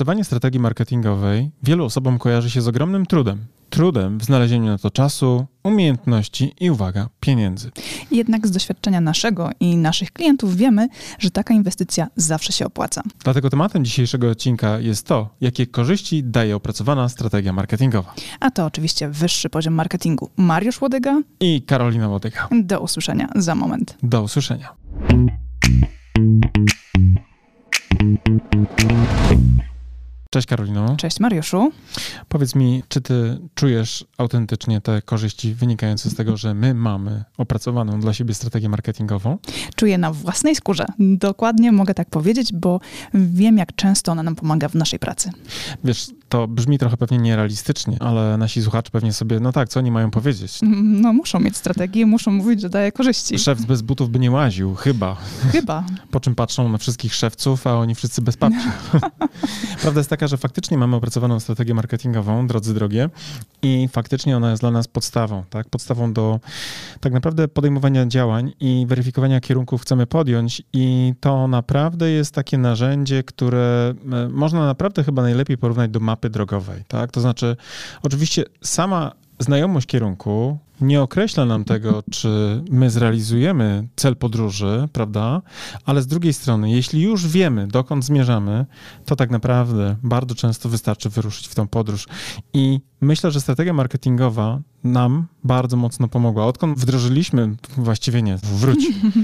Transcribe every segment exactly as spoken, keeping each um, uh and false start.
Opracowanie strategii marketingowej wielu osobom kojarzy się z ogromnym trudem. Trudem w znalezieniu na to czasu, umiejętności i, uwaga, pieniędzy. Jednak z doświadczenia naszego i naszych klientów wiemy, że taka inwestycja zawsze się opłaca. Dlatego tematem dzisiejszego odcinka jest to, jakie korzyści daje opracowana strategia marketingowa. A to oczywiście wyższy poziom marketingu. Mariusz Łodyga i Karolina Łodyga. Do usłyszenia za moment. Do usłyszenia. Cześć Karolino. Cześć Mariuszu. Powiedz mi, czy ty czujesz autentycznie te korzyści wynikające z tego, że my mamy opracowaną dla siebie strategię marketingową? Czuję na własnej skórze. Dokładnie mogę tak powiedzieć, bo wiem, jak często ona nam pomaga w naszej pracy. Wiesz, to brzmi trochę pewnie nierealistycznie, ale nasi słuchacze pewnie sobie, no tak, co oni mają powiedzieć? No muszą mieć strategię, muszą mówić, że daje korzyści. Szef bez butów by nie łaził, chyba. Chyba. Po czym patrzą na wszystkich szewców, a oni wszyscy bez papci. Prawda jest taka, że faktycznie mamy opracowaną strategię marketingową, drodzy drogie, i faktycznie ona jest dla nas podstawą, tak? Podstawą do tak naprawdę podejmowania działań i weryfikowania kierunków chcemy podjąć i to naprawdę jest takie narzędzie, które można naprawdę chyba najlepiej porównać do mapy drogowej, tak? To znaczy, oczywiście sama znajomość kierunku nie określa nam tego, czy my zrealizujemy cel podróży, prawda? Ale z drugiej strony, jeśli już wiemy, dokąd zmierzamy, to tak naprawdę bardzo często wystarczy wyruszyć w tą podróż. I myślę, że strategia marketingowa nam bardzo mocno pomogła. Odkąd wdrożyliśmy, właściwie nie, wróć,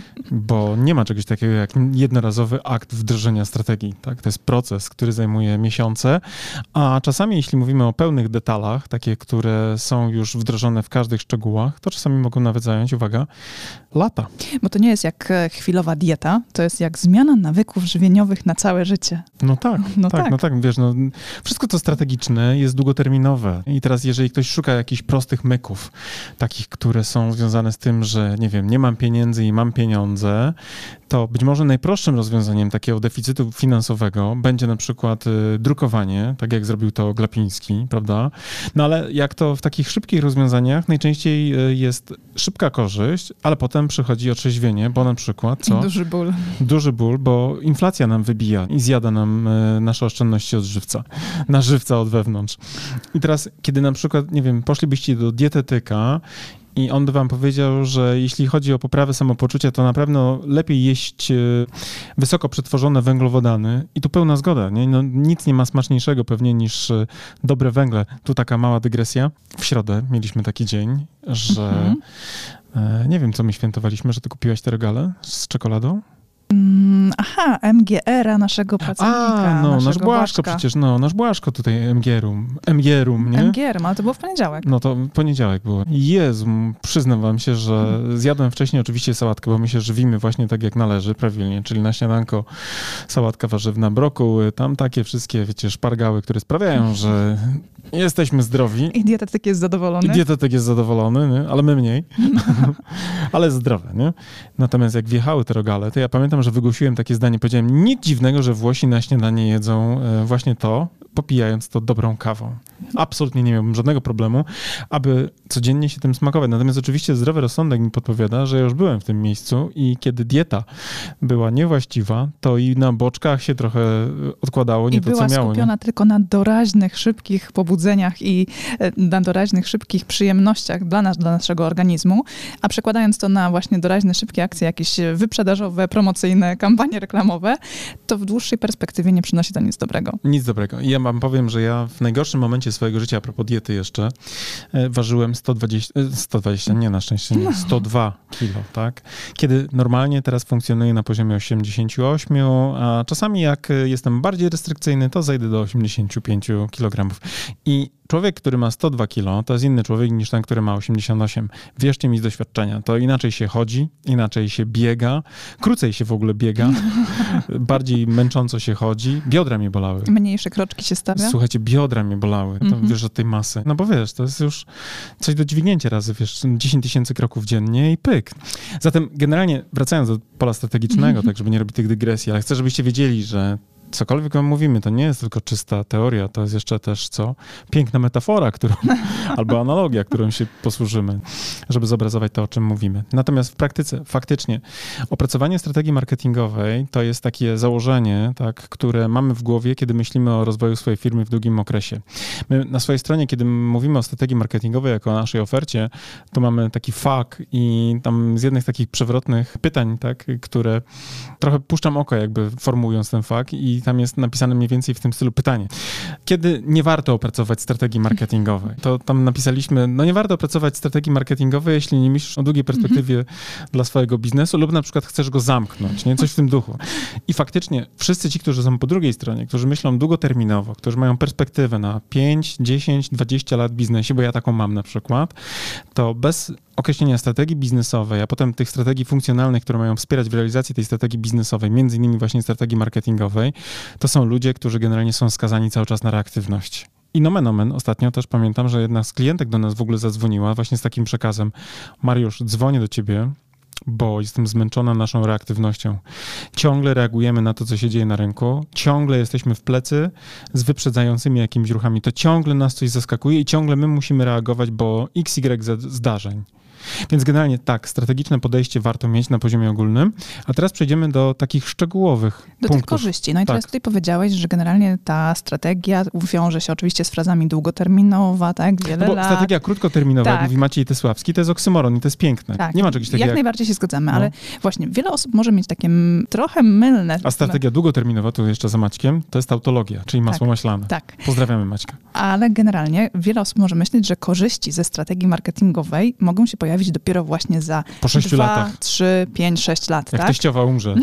bo nie ma czegoś takiego jak jednorazowy akt wdrożenia strategii, tak? To jest proces, który zajmuje miesiące, a czasami, jeśli mówimy o pełnych detalach, takie, które są już wdrożone w każdych szczegółach, to czasami mogą nawet zająć, uwaga, lata. Bo to nie jest jak chwilowa dieta, to jest jak zmiana nawyków żywieniowych na całe życie. No tak, no tak, tak, no tak, wiesz, no, wszystko co strategiczne jest długoterminowe i teraz jeżeli ktoś szuka jakichś prostych myków, takich, które są związane z tym, że nie wiem, nie mam pieniędzy i mam pieniądze, to być może najprostszym rozwiązaniem takiego deficytu finansowego będzie na przykład y, drukowanie, tak jak zrobił to Glapiński, prawda? No ale jak to w takich szybkich rozwiązaniach, najczęściej y, jest szybka korzyść, ale potem przychodzi otrzeźwienie, bo na przykład co? Duży ból. Duży ból, bo inflacja nam wybija i zjada nam y, nasze oszczędności od żywca, na żywca od wewnątrz. I teraz, kiedy na przykład, nie wiem, poszlibyście do dietetyka i on by wam powiedział, że jeśli chodzi o poprawę samopoczucia, to na pewno lepiej jeść wysoko przetworzone węglowodany. I tu pełna zgoda. Nie? No, nic nie ma smaczniejszego pewnie niż dobre węgle. Tu taka mała dygresja. W środę mieliśmy taki dzień, że mhm. e, nie wiem, co my świętowaliśmy, że ty kupiłaś te regale z czekoladą. Aha, M G R-a naszego pracownika. A, no, nasz Błaszko Błaszka. przecież, no, nasz Błaszko tutaj M G R-um, M G R-um, nie? M G R, ale to było w poniedziałek. No to poniedziałek było. Jezu, przyznam wam się, że zjadłem wcześniej oczywiście sałatkę, bo my się żywimy właśnie tak jak należy, prawilnie, czyli na śniadanko sałatka warzywna, brokuły, tam takie wszystkie, wiecie, szpargały, które sprawiają, że jesteśmy zdrowi. I dietetyk jest zadowolony. I dietetyk jest zadowolony, nie? Ale my mniej. Ale zdrowe, nie? Natomiast jak wjechały te rogale, to ja pamiętam, że wygłosiłem takie zdanie, powiedziałem, nic dziwnego, że Włosi na śniadanie jedzą właśnie to, popijając to dobrą kawą. Absolutnie nie miałbym żadnego problemu, aby codziennie się tym smakować. Natomiast oczywiście zdrowy rozsądek mi podpowiada, że ja już byłem w tym miejscu i kiedy dieta była niewłaściwa, to i na boczkach się trochę odkładało, nie I to, co była miało. skupiona nie? tylko na doraźnych, szybkich pobudzeniach i na doraźnych, szybkich przyjemnościach dla nas, dla naszego organizmu, a przekładając to na właśnie doraźne, szybkie akcje, jakieś wyprzedażowe, promocyjne, kampanie reklamowe, to w dłuższej perspektywie nie przynosi to nic dobrego. Nic dobrego. I ja wam powiem, że ja w najgorszym momencie swojego życia, a propos diety jeszcze, ważyłem sto dwadzieścia, sto dwadzieścia, nie na szczęście, nie, sto dwa kilo, tak? Kiedy normalnie teraz funkcjonuję na poziomie osiemdziesiąt osiem, a czasami jak jestem bardziej restrykcyjny, to zejdę do osiemdziesiąt pięć kilogramów. I człowiek, który ma sto dwa kilo, to jest inny człowiek niż ten, który ma osiemdziesiąt osiem. Wierzcie mi z doświadczenia, to inaczej się chodzi, inaczej się biega, krócej się w ogóle biega, bardziej męcząco się chodzi. Biodra mnie bolały. Mniejsze kroczki się stawia? Słuchajcie, biodra mnie bolały, to mm-hmm. wiesz, od tej masy. No bo wiesz, to jest już coś do dźwignięcia razy, wiesz, dziesięć tysięcy kroków dziennie i pyk. Zatem generalnie, wracając do pola strategicznego, mm-hmm. tak żeby nie robić tych dygresji, ale chcę, żebyście wiedzieli, że cokolwiek wam mówimy, to nie jest tylko czysta teoria, to jest jeszcze też co? Piękna metafora, którą, albo analogia, którą się posłużymy, żeby zobrazować to, o czym mówimy. Natomiast w praktyce faktycznie opracowanie strategii marketingowej to jest takie założenie, tak, które mamy w głowie, kiedy myślimy o rozwoju swojej firmy w długim okresie. My na swojej stronie, kiedy mówimy o strategii marketingowej jako o naszej ofercie, to mamy taki fak i tam z jednych takich przewrotnych pytań, tak, które trochę puszczam oko jakby formułując ten fak i tam jest napisane mniej więcej w tym stylu pytanie. Kiedy nie warto opracować strategii marketingowej? To tam napisaliśmy, no nie warto opracować strategii marketingowej, jeśli nie myślisz o długiej perspektywie mm-hmm. dla swojego biznesu lub na przykład chcesz go zamknąć, nie? Coś w tym duchu. I faktycznie wszyscy ci, którzy są po drugiej stronie, którzy myślą długoterminowo, którzy mają perspektywę na pięć, dziesięć, dwadzieścia lat w biznesie, bo ja taką mam na przykład, to bez określenia strategii biznesowej, a potem tych strategii funkcjonalnych, które mają wspierać w realizacji tej strategii biznesowej, między innymi właśnie strategii marketingowej, to są ludzie, którzy generalnie są skazani cały czas na reaktywność. I nomen omen, ostatnio też pamiętam, że jedna z klientek do nas w ogóle zadzwoniła właśnie z takim przekazem: Mariusz, dzwonię do ciebie, bo jestem zmęczona naszą reaktywnością. Ciągle reagujemy na to, co się dzieje na rynku, ciągle jesteśmy w plecy z wyprzedzającymi jakimiś ruchami. To ciągle nas coś zaskakuje i ciągle my musimy reagować, bo iks igrek zdarzeń. Więc generalnie tak, strategiczne podejście warto mieć na poziomie ogólnym, a teraz przejdziemy do takich szczegółowych do punktów. tych korzyści. No i tak. teraz tutaj powiedziałeś, że generalnie ta strategia wiąże się oczywiście z frazami długoterminowa, tak, wiele no bo lat. Strategia krótkoterminowa, tak. jak mówi Maciej Tesławski, to jest oksymoron i to jest piękne. Tak. Nie ma czegoś takiego Jak jak... najbardziej się zgadzamy, no. ale właśnie wiele osób może mieć takie m, trochę mylne... A strategia długoterminowa, tu jeszcze za Maćkiem, to jest tautologia, czyli masło tak. maślane. Tak. Pozdrawiamy Maćka. Ale generalnie wiele osób może myśleć, że korzyści ze strategii marketingowej mogą się pojawić dopiero właśnie za po sześciu dwa, latach. trzy, pięć, sześć lat, Jak tak? teściowa umrze.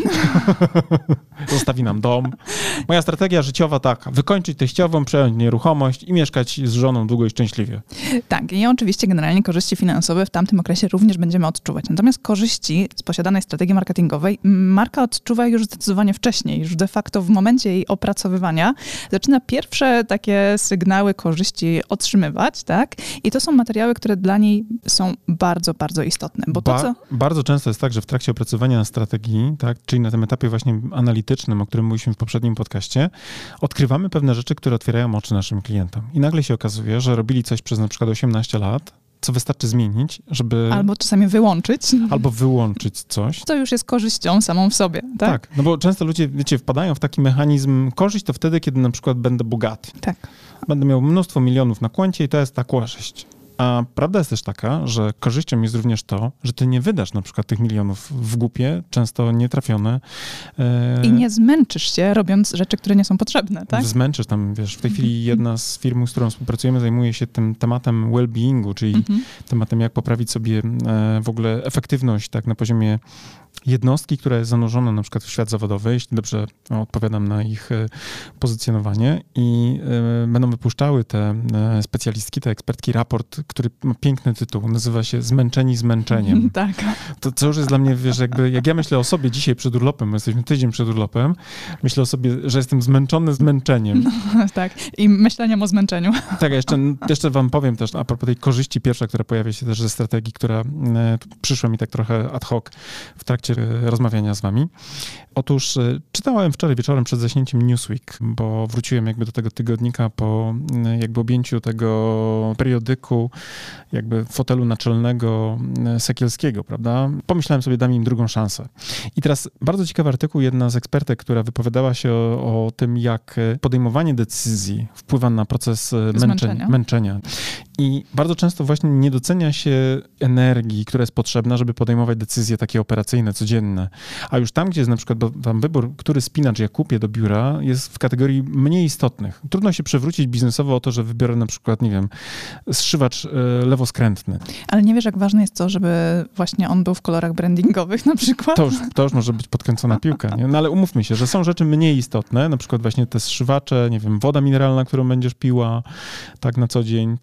Zostawi nam dom. Moja strategia życiowa taka: wykończyć teściową, przejąć nieruchomość i mieszkać z żoną długo i szczęśliwie. Tak, i oczywiście generalnie korzyści finansowe w tamtym okresie również będziemy odczuwać. Natomiast korzyści z posiadanej strategii marketingowej marka odczuwa już zdecydowanie wcześniej, już de facto w momencie jej opracowywania zaczyna pierwsze takie sygnały korzyści otrzymywać, tak? I to są materiały, które dla niej są bardzo, bardzo istotne. Bo to, ba- co... Bardzo często jest tak, że w trakcie opracowania strategii, tak, czyli na tym etapie właśnie analitycznym, o którym mówiliśmy w poprzednim podcaście, odkrywamy pewne rzeczy, które otwierają oczy naszym klientom. I nagle się okazuje, że robili coś przez na przykład osiemnaście lat, co wystarczy zmienić, żeby... Albo czasami wyłączyć. Albo wyłączyć coś. To już jest korzyścią samą w sobie, tak? Tak, no bo często ludzie, wiecie, wpadają w taki mechanizm: korzyść to wtedy, kiedy na przykład będę bogaty. Tak. Będę miał mnóstwo milionów na koncie i to jest ta korzyść. A prawda jest też taka, że korzyścią jest również to, że ty nie wydasz na przykład tych milionów w głupie, często nietrafione. E... I nie zmęczysz się, robiąc rzeczy, które nie są potrzebne, tak? Zmęczysz tam, wiesz, w tej chwili jedna z firm, z którą współpracujemy, zajmuje się tym tematem well-beingu, czyli mhm. tematem, jak poprawić sobie e, w ogóle efektywność, tak, na poziomie jednostki, która jest zanurzona na przykład w świat zawodowy, jeśli dobrze odpowiadam na ich e, pozycjonowanie, i e, będą wypuszczały te e, specjalistki, te ekspertki raport, który ma piękny tytuł, nazywa się Zmęczeni zmęczeniem. Tak. To, to już jest dla mnie, wiesz, jakby, jak ja myślę o sobie dzisiaj przed urlopem, my jesteśmy tydzień przed urlopem, myślę o sobie, że jestem zmęczony zmęczeniem. No, tak, i myśleniem o zmęczeniu. Tak, jeszcze, jeszcze wam powiem też a propos tej korzyści pierwsza, która pojawia się też ze strategii, która e, przyszła mi tak trochę ad hoc w trakcie rozmawiania z wami. Otóż e, czytałem wczoraj wieczorem przed zaśnięciem Newsweek, bo wróciłem jakby do tego tygodnika po e, jakby objęciu tego periodyku, jakby fotelu naczelnego Sekielskiego, prawda? Pomyślałem sobie, dam im drugą szansę. I teraz bardzo ciekawy artykuł, jedna z ekspertek, która wypowiadała się o, o tym, jak podejmowanie decyzji wpływa na proces męczenia. męczenia. I bardzo często właśnie nie docenia się energii, która jest potrzebna, żeby podejmować decyzje takie operacyjne, codzienne. A już tam, gdzie jest na przykład tam wybór, który spinacz ja kupię do biura, jest w kategorii mniej istotnych. Trudno się przewrócić biznesowo o to, że wybiorę na przykład, nie wiem, zszywacz lewoskrętny. Ale nie wiesz, jak ważne jest to, żeby właśnie on był w kolorach brandingowych na przykład? To już, to już może być podkręcona piłka, nie? No ale umówmy się, że są rzeczy mniej istotne, na przykład właśnie te zszywacze, nie wiem, woda mineralna, którą będziesz piła tak na co dzień, tak, jeśli jest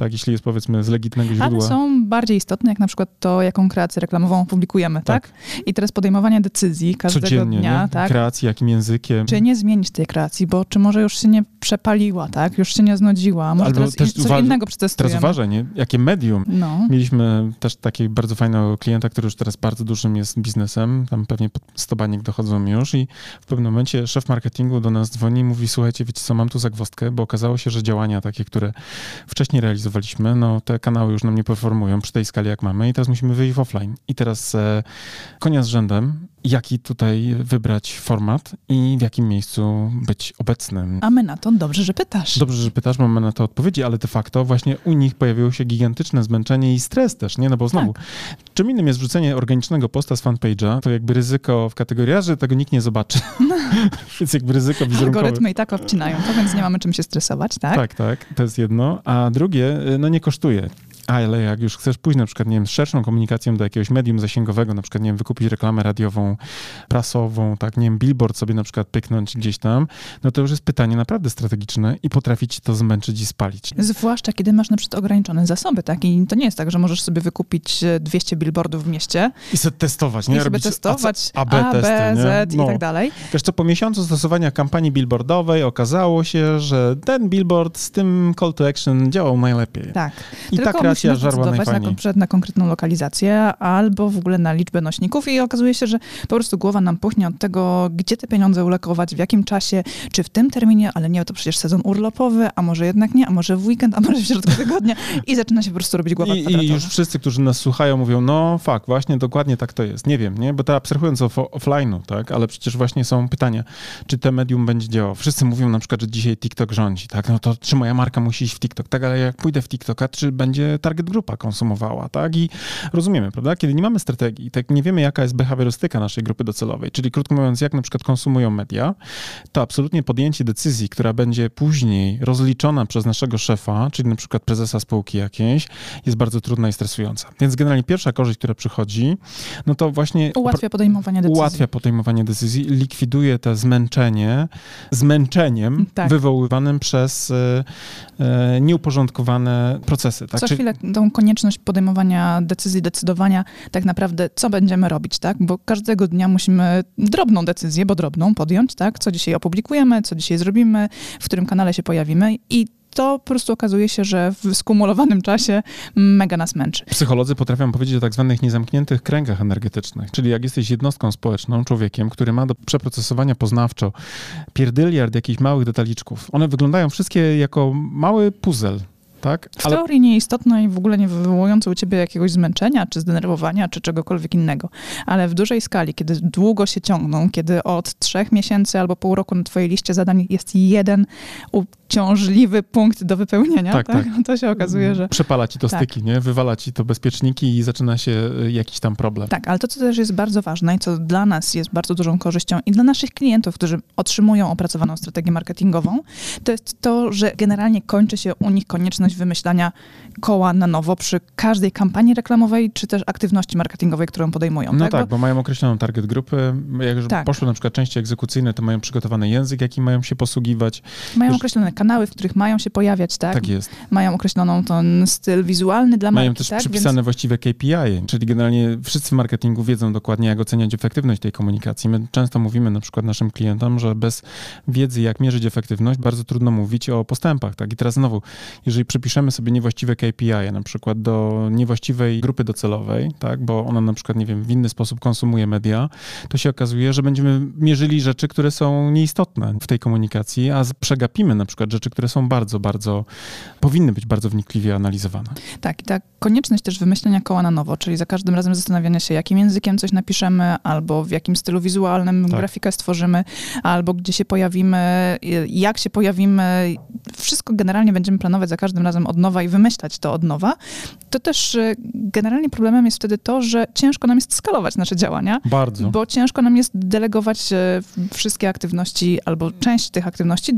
powiedzmy z legitnego źródła. Ale są bardziej istotne, jak na przykład to, jaką kreację reklamową publikujemy, tak? tak? I teraz podejmowanie decyzji każdego Codziennie, dnia, nie? tak? Kreacji, jakim językiem. Czy nie zmienić tej kreacji, bo czy może już się nie przepaliła, tak? Już się nie znudziła, może Albo teraz też coś uważ- innego przetestujemy. Teraz uważaj, nie? Jakie medium. No. Mieliśmy też takiego bardzo fajnego klienta, który już teraz bardzo dużym jest biznesem, tam pewnie pod sto baniek dochodzą już i w pewnym momencie szef marketingu do nas dzwoni i mówi, słuchajcie, wiecie co, mam tu zagwozdkę, bo okazało się, że działania takie, które wcześniej realizowaliśmy, no te kanały już nam nie performują przy tej skali, jak mamy i teraz musimy wyjść w offline. I teraz e, konia z rzędem, jaki tutaj wybrać format i w jakim miejscu być obecnym. A my na to dobrze, że pytasz. Dobrze, że pytasz, mamy na to odpowiedzi, ale de facto właśnie u nich pojawiło się gigantyczne zmęczenie i stres też, nie? No bo znowu, tak. Czym innym jest wrzucenie organicznego posta z fanpage'a, to jakby ryzyko w kategorii, że tego nikt nie zobaczy. No. Więc jakby ryzyko wizerunkowe. Algorytmy i tak obcinają to, więc nie mamy czym się stresować, tak? Tak, tak, to jest jedno. A drugie, no nie kosztuje. Ale jak już chcesz pójść na przykład, nie wiem, z szerszą komunikacją do jakiegoś medium zasięgowego, na przykład, nie wiem, wykupić reklamę radiową, prasową, tak, nie wiem, billboard sobie na przykład pyknąć gdzieś tam, no to już jest pytanie naprawdę strategiczne i potrafi ci to zmęczyć i spalić. Zwłaszcza, kiedy masz na przykład ograniczone zasoby, tak, i to nie jest tak, że możesz sobie wykupić dwieście billboardów w mieście. I sobie testować, nie? I sobie Robić testować A, B, A, testy, B, Z no. i tak dalej. Wiesz co, po miesiącu stosowania kampanii billboardowej okazało się, że ten billboard z tym call to action działał najlepiej. Tak. I Tylko ta kreacja żarła najfajniej. Na, na konkretną lokalizację albo w ogóle na liczbę nośników i okazuje się, że po prostu głowa nam puchnie od tego, gdzie te pieniądze ulokować, w jakim czasie, czy w tym terminie, ale nie, to przecież sezon urlopowy, a może jednak nie, a może w weekend, a może w środku tygodnia i zaczyna się po prostu robić głowa I, kwadratowa. I już wszyscy, którzy nas słuchają, mówią, no fakt, właśnie dokładnie tak to jest. Nie wiem, nie? Bo to abstrahując off- offline'u, tak? Ale przecież właśnie są pytania, czy te medium będzie działało. Wszyscy mówią na przykład, że dzisiaj TikTok rządzi, tak? No to czy moja marka musi iść w TikTok, tak? Ale jak pójdę w TikToka, czy będzie target grupa konsumowała, tak? I rozumiemy, prawda? Kiedy nie mamy strategii, tak nie wiemy, jaka jest behawiorystyka naszej grupy docelowej, czyli krótko mówiąc, jak na przykład konsumują media, to absolutnie podjęcie decyzji, która będzie później rozliczona przez naszego szefa, czyli na przykład prezesa spółki jakiejś, jest bardzo trudna i stresująca. Więc generalnie pierwsza korzyść, która przychodzi, no to właśnie... Ułatwia podejmowanie decyzji. Ułatwia podejmowanie decyzji, likwiduje to zmęczenie, zmęczeniem tak. wywoływanym przez e, e, nieuporządkowane procesy. Tak? Co Czyli... chwilę tą konieczność podejmowania decyzji, decydowania tak naprawdę, co będziemy robić, tak? Bo każdego dnia musimy drobną decyzję, bo drobną podjąć, tak? Co dzisiaj opublikujemy, co dzisiaj zrobimy, w którym kanale się pojawimy i to po prostu okazuje się, że w skumulowanym czasie mega nas męczy. Psycholodzy potrafią powiedzieć o tak zwanych niezamkniętych kręgach energetycznych, czyli jak jesteś jednostką społeczną, człowiekiem, który ma do przeprocesowania poznawczo pierdyliard jakichś małych detaliczków. One wyglądają wszystkie jako mały puzzle. Tak? W Ale... teorii nieistotne i w ogóle nie wywołujące u ciebie jakiegoś zmęczenia, czy zdenerwowania, czy czegokolwiek innego. Ale w dużej skali, kiedy długo się ciągną, kiedy od trzech miesięcy albo pół roku na twojej liście zadań jest jeden uciążliwy punkt do wypełnienia, tak, tak? Tak. To się okazuje, że... Przepala ci to tak. styki, nie? Wywala ci to bezpieczniki i zaczyna się jakiś tam problem. Tak, ale to, co też jest bardzo ważne i co dla nas jest bardzo dużą korzyścią i dla naszych klientów, którzy otrzymują opracowaną strategię marketingową, to jest to, że generalnie kończy się u nich konieczność wymyślania koła na nowo przy każdej kampanii reklamowej, czy też aktywności marketingowej, którą podejmują. No tak, tak, bo, bo mają określoną target grupy. Jak już tak. poszły na przykład części egzekucyjne, to mają przygotowany język, jakim mają się posługiwać. Mają już... określone kanały, w których mają się pojawiać, tak? Tak jest. Mają określoną ten styl wizualny dla marki, Mają też tak? przypisane Więc... właściwe K P I, czyli generalnie wszyscy w marketingu wiedzą dokładnie, jak oceniać efektywność tej komunikacji. My często mówimy na przykład naszym klientom, że bez wiedzy, jak mierzyć efektywność, bardzo trudno mówić o postępach, tak? I teraz znowu, jeżeli przypiszemy sobie niewłaściwe K P I, na przykład do niewłaściwej grupy docelowej, tak? Bo ona na przykład, nie wiem, w inny sposób konsumuje media, to się okazuje, że będziemy mierzyli rzeczy, które są nieistotne w tej komunikacji, a przegapimy na przykład rzeczy, które są bardzo, bardzo, powinny być bardzo wnikliwie analizowane. Tak, i ta konieczność też wymyślenia koła na nowo, czyli za każdym razem zastanawiania się, jakim językiem coś napiszemy, albo w jakim stylu wizualnym tak. grafikę stworzymy, albo gdzie się pojawimy, jak się pojawimy. Wszystko generalnie będziemy planować za każdym razem od nowa i wymyślać to od nowa. To też generalnie problemem jest wtedy to, że ciężko nam jest skalować nasze działania. Bardzo. Bo ciężko nam jest delegować wszystkie aktywności albo część tych aktywności do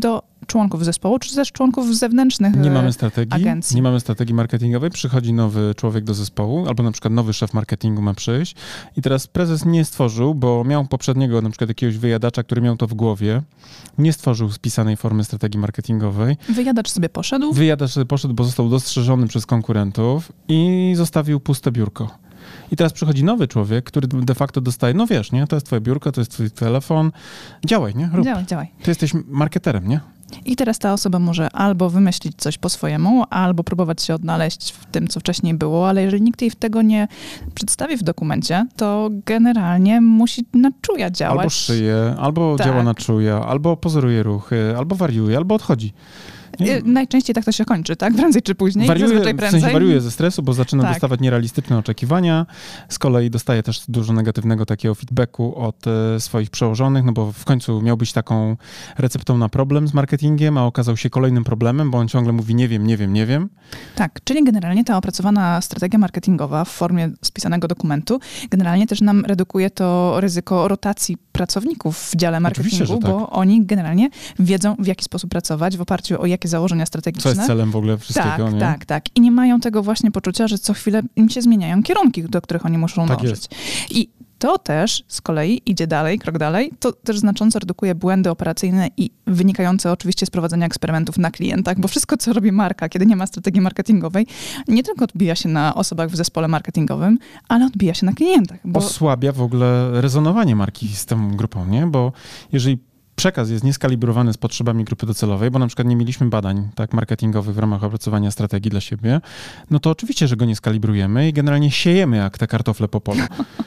członków zespołu, czy też członków zewnętrznych Nie mamy strategii, agencji. nie mamy strategii marketingowej, przychodzi nowy człowiek do zespołu, albo na przykład nowy szef marketingu ma przyjść i teraz prezes nie stworzył, bo miał poprzedniego na przykład jakiegoś wyjadacza, który miał to w głowie, nie stworzył spisanej formy strategii marketingowej. Wyjadacz sobie poszedł. Wyjadacz sobie poszedł, bo został dostrzeżony przez konkurentów i zostawił puste biurko. I teraz przychodzi nowy człowiek, który de facto dostaje, no wiesz, nie, to jest twoje biurko, to jest twój telefon, działaj, nie, rób. Działaj, działaj. Ty jesteś marketerem, nie? I teraz ta osoba może albo wymyślić coś po swojemu, albo próbować się odnaleźć w tym, co wcześniej było, ale jeżeli nikt jej tego nie przedstawi w dokumencie, to generalnie musi na czuja działać. Albo szyje, albo Tak. działa na czuja, albo pozoruje ruchy, albo wariuje, albo odchodzi. Nie? Najczęściej tak to się kończy, tak? Prędzej czy później, Wariuje, zazwyczaj w prędzej. sensie wariuje ze stresu, bo zaczyna Tak. dostawać nierealistyczne oczekiwania. Z kolei dostaje też dużo negatywnego takiego feedbacku od e, swoich przełożonych, no bo w końcu miał być taką receptą na problem z marketingiem, a okazał się kolejnym problemem, bo on ciągle mówi nie wiem, nie wiem, nie wiem. Tak, czyli generalnie ta opracowana strategia marketingowa w formie spisanego dokumentu generalnie też nam redukuje to ryzyko rotacji pracowników w dziale Oczywiście, marketingu, że tak. bo oni generalnie wiedzą, w jaki sposób pracować, w oparciu o jakie założenia strategiczne. Co jest celem w ogóle wszystkiego, Tak, nie? tak, tak. I nie mają tego właśnie poczucia, że co chwilę im się zmieniają kierunki, do których oni muszą Tak dążyć. jest. I to też z kolei idzie dalej, krok dalej, to też znacząco redukuje błędy operacyjne i wynikające oczywiście z prowadzenia eksperymentów na klientach, bo wszystko, co robi marka, kiedy nie ma strategii marketingowej, nie tylko odbija się na osobach w zespole marketingowym, ale odbija się na klientach. Bo Osłabia w ogóle rezonowanie marki z tą grupą, nie? Bo jeżeli przekaz jest nieskalibrowany z potrzebami grupy docelowej, bo na przykład nie mieliśmy badań tak marketingowych w ramach opracowania strategii dla siebie, no to oczywiście, że go nie skalibrujemy i generalnie siejemy jak te kartofle po polu.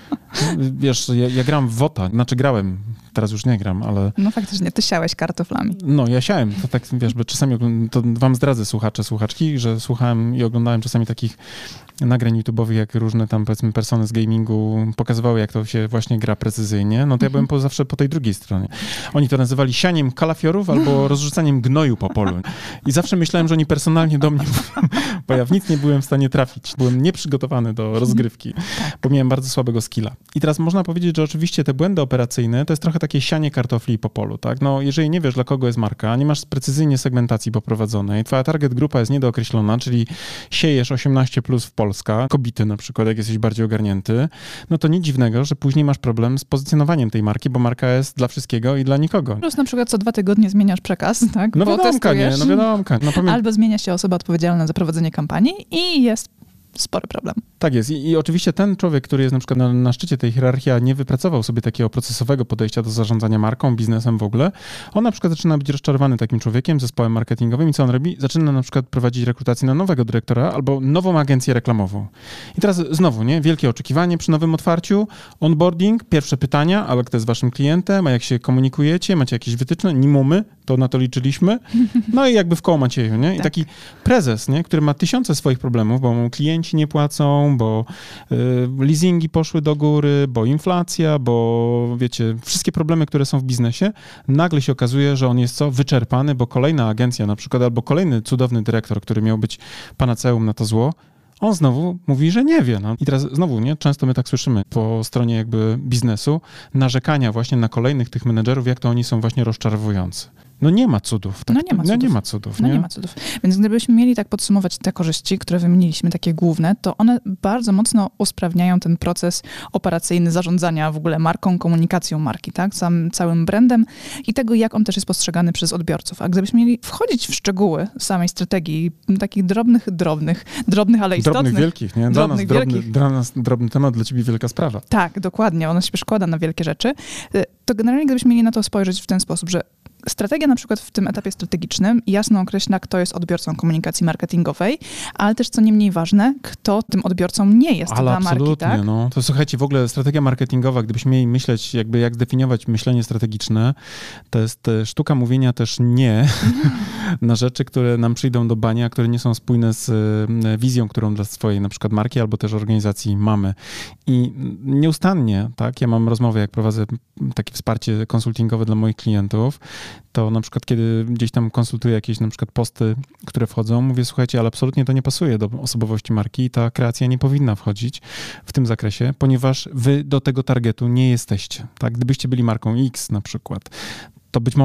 Wiesz, ja, ja gram w WOTA, znaczy grałem, teraz już nie gram, ale no faktycznie, ty siałeś kartoflami. no ja siałem, to tak wiesz, bo czasami ogląd- to wam zdradzę słuchacze, słuchaczki, że słuchałem i oglądałem czasami takich nagrań YouTube'owych, jak różne tam powiedzmy persony z gamingu pokazywały, jak to się właśnie gra precyzyjnie, no to ja byłem po, zawsze po tej drugiej stronie. Oni to nazywali sianiem kalafiorów albo rozrzucaniem gnoju po polu. I zawsze myślałem, że oni personalnie do mnie mówią, bo ja w nic nie byłem w stanie trafić. Byłem nieprzygotowany do rozgrywki, bo miałem bardzo słabego skilla. I teraz można powiedzieć, że oczywiście te błędy operacyjne to jest trochę takie sianie kartofli po polu, tak? No jeżeli nie wiesz, dla kogo jest marka, nie masz precyzyjnie segmentacji poprowadzonej, twoja target grupa jest niedookreślona, czyli siejesz osiemnaście plus w Polska, kobiety na przykład, jak jesteś bardziej ogarnięty, no to nic dziwnego, że później masz problem z pozycjonowaniem tej marki, bo marka jest dla wszystkiego i dla nikogo. Plus na przykład co dwa tygodnie zmieniasz przekaz, tak? No Bo wiadomka, nie? testujesz. No wiadomka. No, pamię- Albo zmienia się osoba odpowiedzialna za prowadzenie kampanii i jest spory problem. Tak jest. I, I oczywiście ten człowiek, który jest na przykład na, na szczycie tej hierarchii, a nie wypracował sobie takiego procesowego podejścia do zarządzania marką, biznesem w ogóle, on na przykład zaczyna być rozczarowany takim człowiekiem, zespołem marketingowym i co on robi? Zaczyna na przykład prowadzić rekrutację na nowego dyrektora albo nową agencję reklamową. I teraz znowu, nie? Wielkie oczekiwanie przy nowym otwarciu, onboarding, pierwsze pytania, ale kto jest waszym klientem, a jak się komunikujecie, macie jakieś wytyczne, nie mamy, to na to liczyliśmy. No i jakby w koło Macieju, nie? I Tak. taki prezes, nie? Który ma tysiące swoich problemów, bo mu klienci nie płacą, bo y, leasingi poszły do góry, bo inflacja, bo wiecie, wszystkie problemy, które są w biznesie, nagle się okazuje, że on jest co? Wyczerpany, bo kolejna agencja na przykład, albo kolejny cudowny dyrektor, który miał być panaceum na to zło, on znowu mówi, że nie wie. No. I teraz znowu, nie? Często my tak słyszymy po stronie jakby biznesu, narzekania właśnie na kolejnych tych menedżerów, jak to oni są właśnie rozczarowujący. No nie ma cudów. Tak? No nie ma No nie cudów. ma cudów. No nie? nie ma cudów. Więc gdybyśmy mieli tak podsumować te korzyści, które wymieniliśmy, takie główne, to one bardzo mocno usprawniają ten proces operacyjny zarządzania w ogóle marką, komunikacją marki, tak? Sam, całym brandem i tego, jak on też jest postrzegany przez odbiorców. A gdybyśmy mieli wchodzić w szczegóły samej strategii, takich drobnych, drobnych, drobnych, ale istotnych. Drobnych, wielkich, nie? Dla nas Drobnych, drobny, wielkich. dla nas drobny temat, dla ciebie wielka sprawa. Tak, dokładnie. Ona się przekłada na wielkie rzeczy. To generalnie gdybyśmy mieli na to spojrzeć w ten sposób, że strategia na przykład w tym etapie strategicznym jasno określa, kto jest odbiorcą komunikacji marketingowej, ale też co nie mniej ważne, kto tym odbiorcą nie jest Ale dla absolutnie, marki, tak? no. To słuchajcie, w ogóle strategia marketingowa, gdybyśmy mieli myśleć, jakby jak zdefiniować myślenie strategiczne, to jest e, sztuka mówienia też nie na rzeczy, które nam przyjdą do bania, które nie są spójne z e, wizją, którą dla swojej na przykład marki albo też organizacji mamy. I nieustannie, tak, ja mam rozmowy, jak prowadzę takie wsparcie konsultingowe dla moich klientów, to na przykład kiedy gdzieś tam konsultuję jakieś na przykład posty, które wchodzą, mówię, słuchajcie, ale absolutnie to nie pasuje do osobowości marki i ta kreacja nie powinna wchodzić w tym zakresie, ponieważ wy do tego targetu nie jesteście. Tak? Gdybyście byli marką X na przykład, to być może,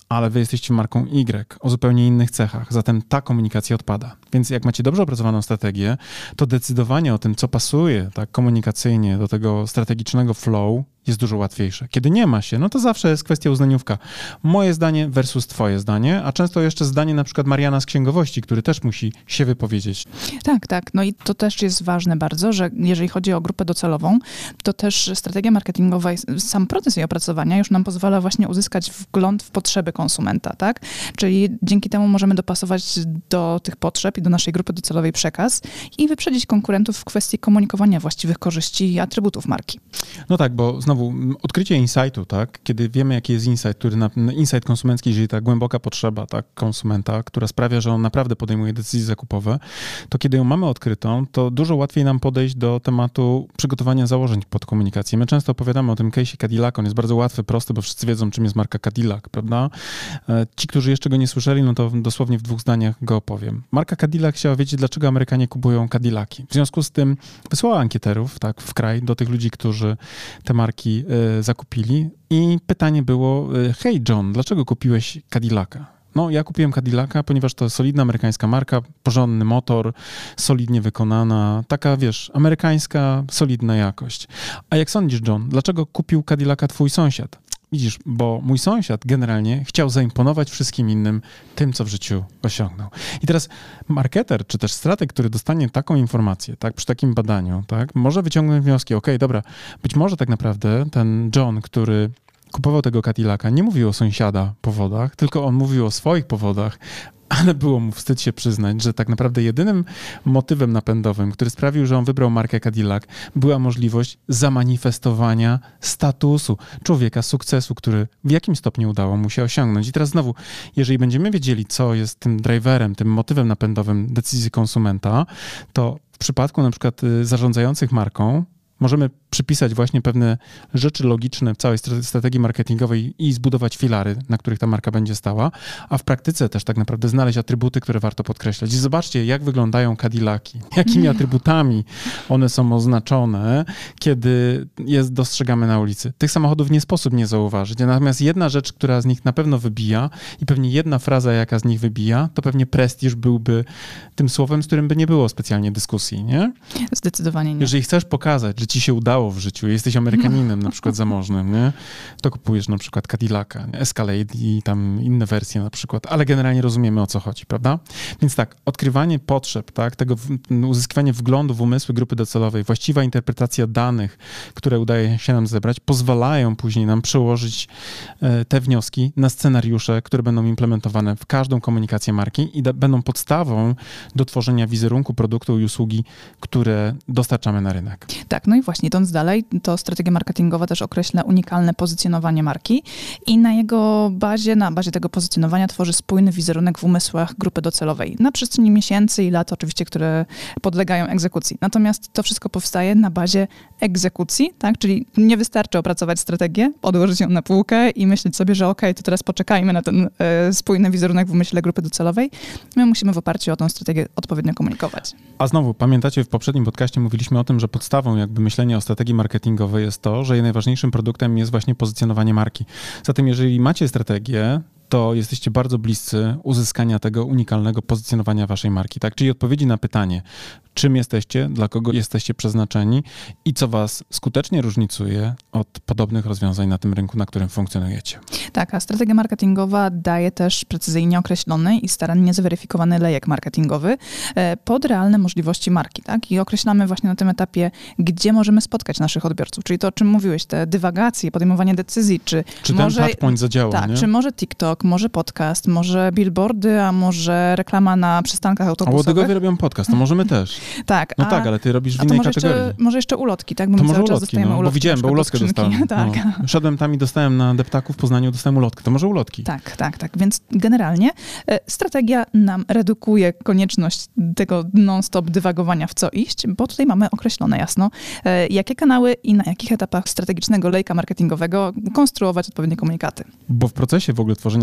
ale wy jesteście marką Y o zupełnie innych cechach, zatem ta komunikacja odpada. Więc jak macie dobrze opracowaną strategię, to decydowanie o tym, co pasuje tak komunikacyjnie do tego strategicznego flow, jest dużo łatwiejsze. Kiedy nie ma się, no to zawsze jest kwestia uznaniówka. Moje zdanie versus twoje zdanie, a często jeszcze zdanie na przykład Mariana z księgowości, który też musi się wypowiedzieć. Tak, tak. No i to też jest ważne bardzo, że jeżeli chodzi o grupę docelową, to też strategia marketingowa, sam proces jej opracowania już nam pozwala właśnie uzyskać wgląd w potrzeby konsumenta, tak? Czyli dzięki temu możemy dopasować do tych potrzeb i do naszej grupy docelowej przekaz i wyprzedzić konkurentów w kwestii komunikowania właściwych korzyści i atrybutów marki. No tak, bo znowu odkrycie insightu, tak? Kiedy wiemy, jaki jest insight, który na, insight konsumencki, czyli ta głęboka potrzeba, tak, konsumenta, która sprawia, że on naprawdę podejmuje decyzje zakupowe, to kiedy ją mamy odkrytą, to dużo łatwiej nam podejść do tematu przygotowania założeń pod komunikację. My często opowiadamy o tym case'ie Cadillac, on jest bardzo łatwy, prosty, bo wszyscy wiedzą, czym jest marka Cadillac, prawda? Ci, którzy jeszcze go nie słyszeli, no to dosłownie w dwóch zdaniach go opowiem. Marka Cadillac chciała wiedzieć, dlaczego Amerykanie kupują Cadillaki. W związku z tym wysłała ankieterów, tak, w kraj do tych ludzi, którzy te marki y, zakupili i pytanie było, y, hej John, dlaczego kupiłeś Cadillaca? No, ja kupiłem Cadillaca, ponieważ to solidna amerykańska marka, porządny motor, solidnie wykonana, taka, wiesz, amerykańska, solidna jakość. A jak sądzisz, John, dlaczego kupił Cadillaca twój sąsiad? Widzisz, bo mój sąsiad generalnie chciał zaimponować wszystkim innym tym, co w życiu osiągnął. I teraz marketer, czy też strateg, który dostanie taką informację, tak, przy takim badaniu, tak, może wyciągnąć wnioski, okej, dobra, być może tak naprawdę ten John, który kupował tego Cadillaca, nie mówił o sąsiada powodach, tylko on mówił o swoich powodach, ale było mu wstyd się przyznać, że tak naprawdę jedynym motywem napędowym, który sprawił, że on wybrał markę Cadillac, była możliwość zamanifestowania statusu człowieka, sukcesu, który w jakim stopniu udało mu się osiągnąć. I teraz znowu, jeżeli będziemy wiedzieli, co jest tym driverem, tym motywem napędowym decyzji konsumenta, to w przypadku na przykład zarządzających marką możemy przypisać właśnie pewne rzeczy logiczne w całej strategii marketingowej i zbudować filary, na których ta marka będzie stała, a w praktyce też tak naprawdę znaleźć atrybuty, które warto podkreślać. I zobaczcie, jak wyglądają Cadillaki, jakimi atrybutami one są oznaczone, kiedy je dostrzegamy na ulicy. Tych samochodów nie sposób nie zauważyć. Natomiast jedna rzecz, która z nich na pewno wybija i pewnie jedna fraza, jaka z nich wybija, to pewnie prestiż byłby tym słowem, z którym by nie było specjalnie dyskusji, nie? Zdecydowanie nie. Jeżeli chcesz pokazać, że ci się udało w życiu, jesteś Amerykaninem na przykład zamożnym, nie? To kupujesz na przykład Cadillaca, nie? Escalade i tam inne wersje na przykład, ale generalnie rozumiemy, o co chodzi, prawda? Więc tak, odkrywanie potrzeb, tak, tego uzyskiwanie wglądu w umysły grupy docelowej, właściwa interpretacja danych, które udaje się nam zebrać, pozwalają później nam przełożyć te wnioski na scenariusze, które będą implementowane w każdą komunikację marki i da, będą podstawą do tworzenia wizerunku produktu i usługi, które dostarczamy na rynek. Tak, no i właśnie idąc dalej, to strategia marketingowa też określa unikalne pozycjonowanie marki i na jego bazie, na bazie tego pozycjonowania tworzy spójny wizerunek w umysłach grupy docelowej. Na przestrzeni miesięcy i lat oczywiście, które podlegają egzekucji. Natomiast to wszystko powstaje na bazie egzekucji, tak? Czyli nie wystarczy opracować strategię, odłożyć ją na półkę i myśleć sobie, że okej, okay, to teraz poczekajmy na ten e, spójny wizerunek w umyśle grupy docelowej. My musimy w oparciu o tę strategię odpowiednio komunikować. A znowu, pamiętacie, w poprzednim podcaście mówiliśmy o tym, że podstawą jakby myślenia o strategii marketingowej jest to, że jej najważniejszym produktem jest właśnie pozycjonowanie marki. Zatem jeżeli macie strategię, to jesteście bardzo bliscy uzyskania tego unikalnego pozycjonowania waszej marki, tak? Czyli odpowiedzi na pytanie, czym jesteście, dla kogo jesteście przeznaczeni i co was skutecznie różnicuje od podobnych rozwiązań na tym rynku, na którym funkcjonujecie. Tak, a strategia marketingowa daje też precyzyjnie określony i starannie zweryfikowany lejek marketingowy pod realne możliwości marki, tak? I określamy właśnie na tym etapie, gdzie możemy spotkać naszych odbiorców, czyli to, o czym mówiłeś, te dywagacje, podejmowanie decyzji, czy Czy może, ten touchpoint zadziała, tak, nie? czy może TikTok, może podcast, może billboardy, a może reklama na przystankach autobusowych. A Łodygowie robią podcast, to możemy też. Tak. No a, tak, ale ty robisz w a to innej może kategorii. Jeszcze, może jeszcze ulotki, tak? Bo to my może cały czas ulotki, dostajemy no, ulotki. bo widziałem, bo ulotkę dostałem. Tak. No. Szedłem tam i dostałem na deptaku w Poznaniu, dostałem ulotkę. To może ulotki. Tak, tak, tak. Więc generalnie e, strategia nam redukuje konieczność tego non-stop dywagowania w co iść, bo tutaj mamy określone jasno, e, jakie kanały i na jakich etapach strategicznego lejka marketingowego konstruować odpowiednie komunikaty. Bo w procesie w ogóle tworzenia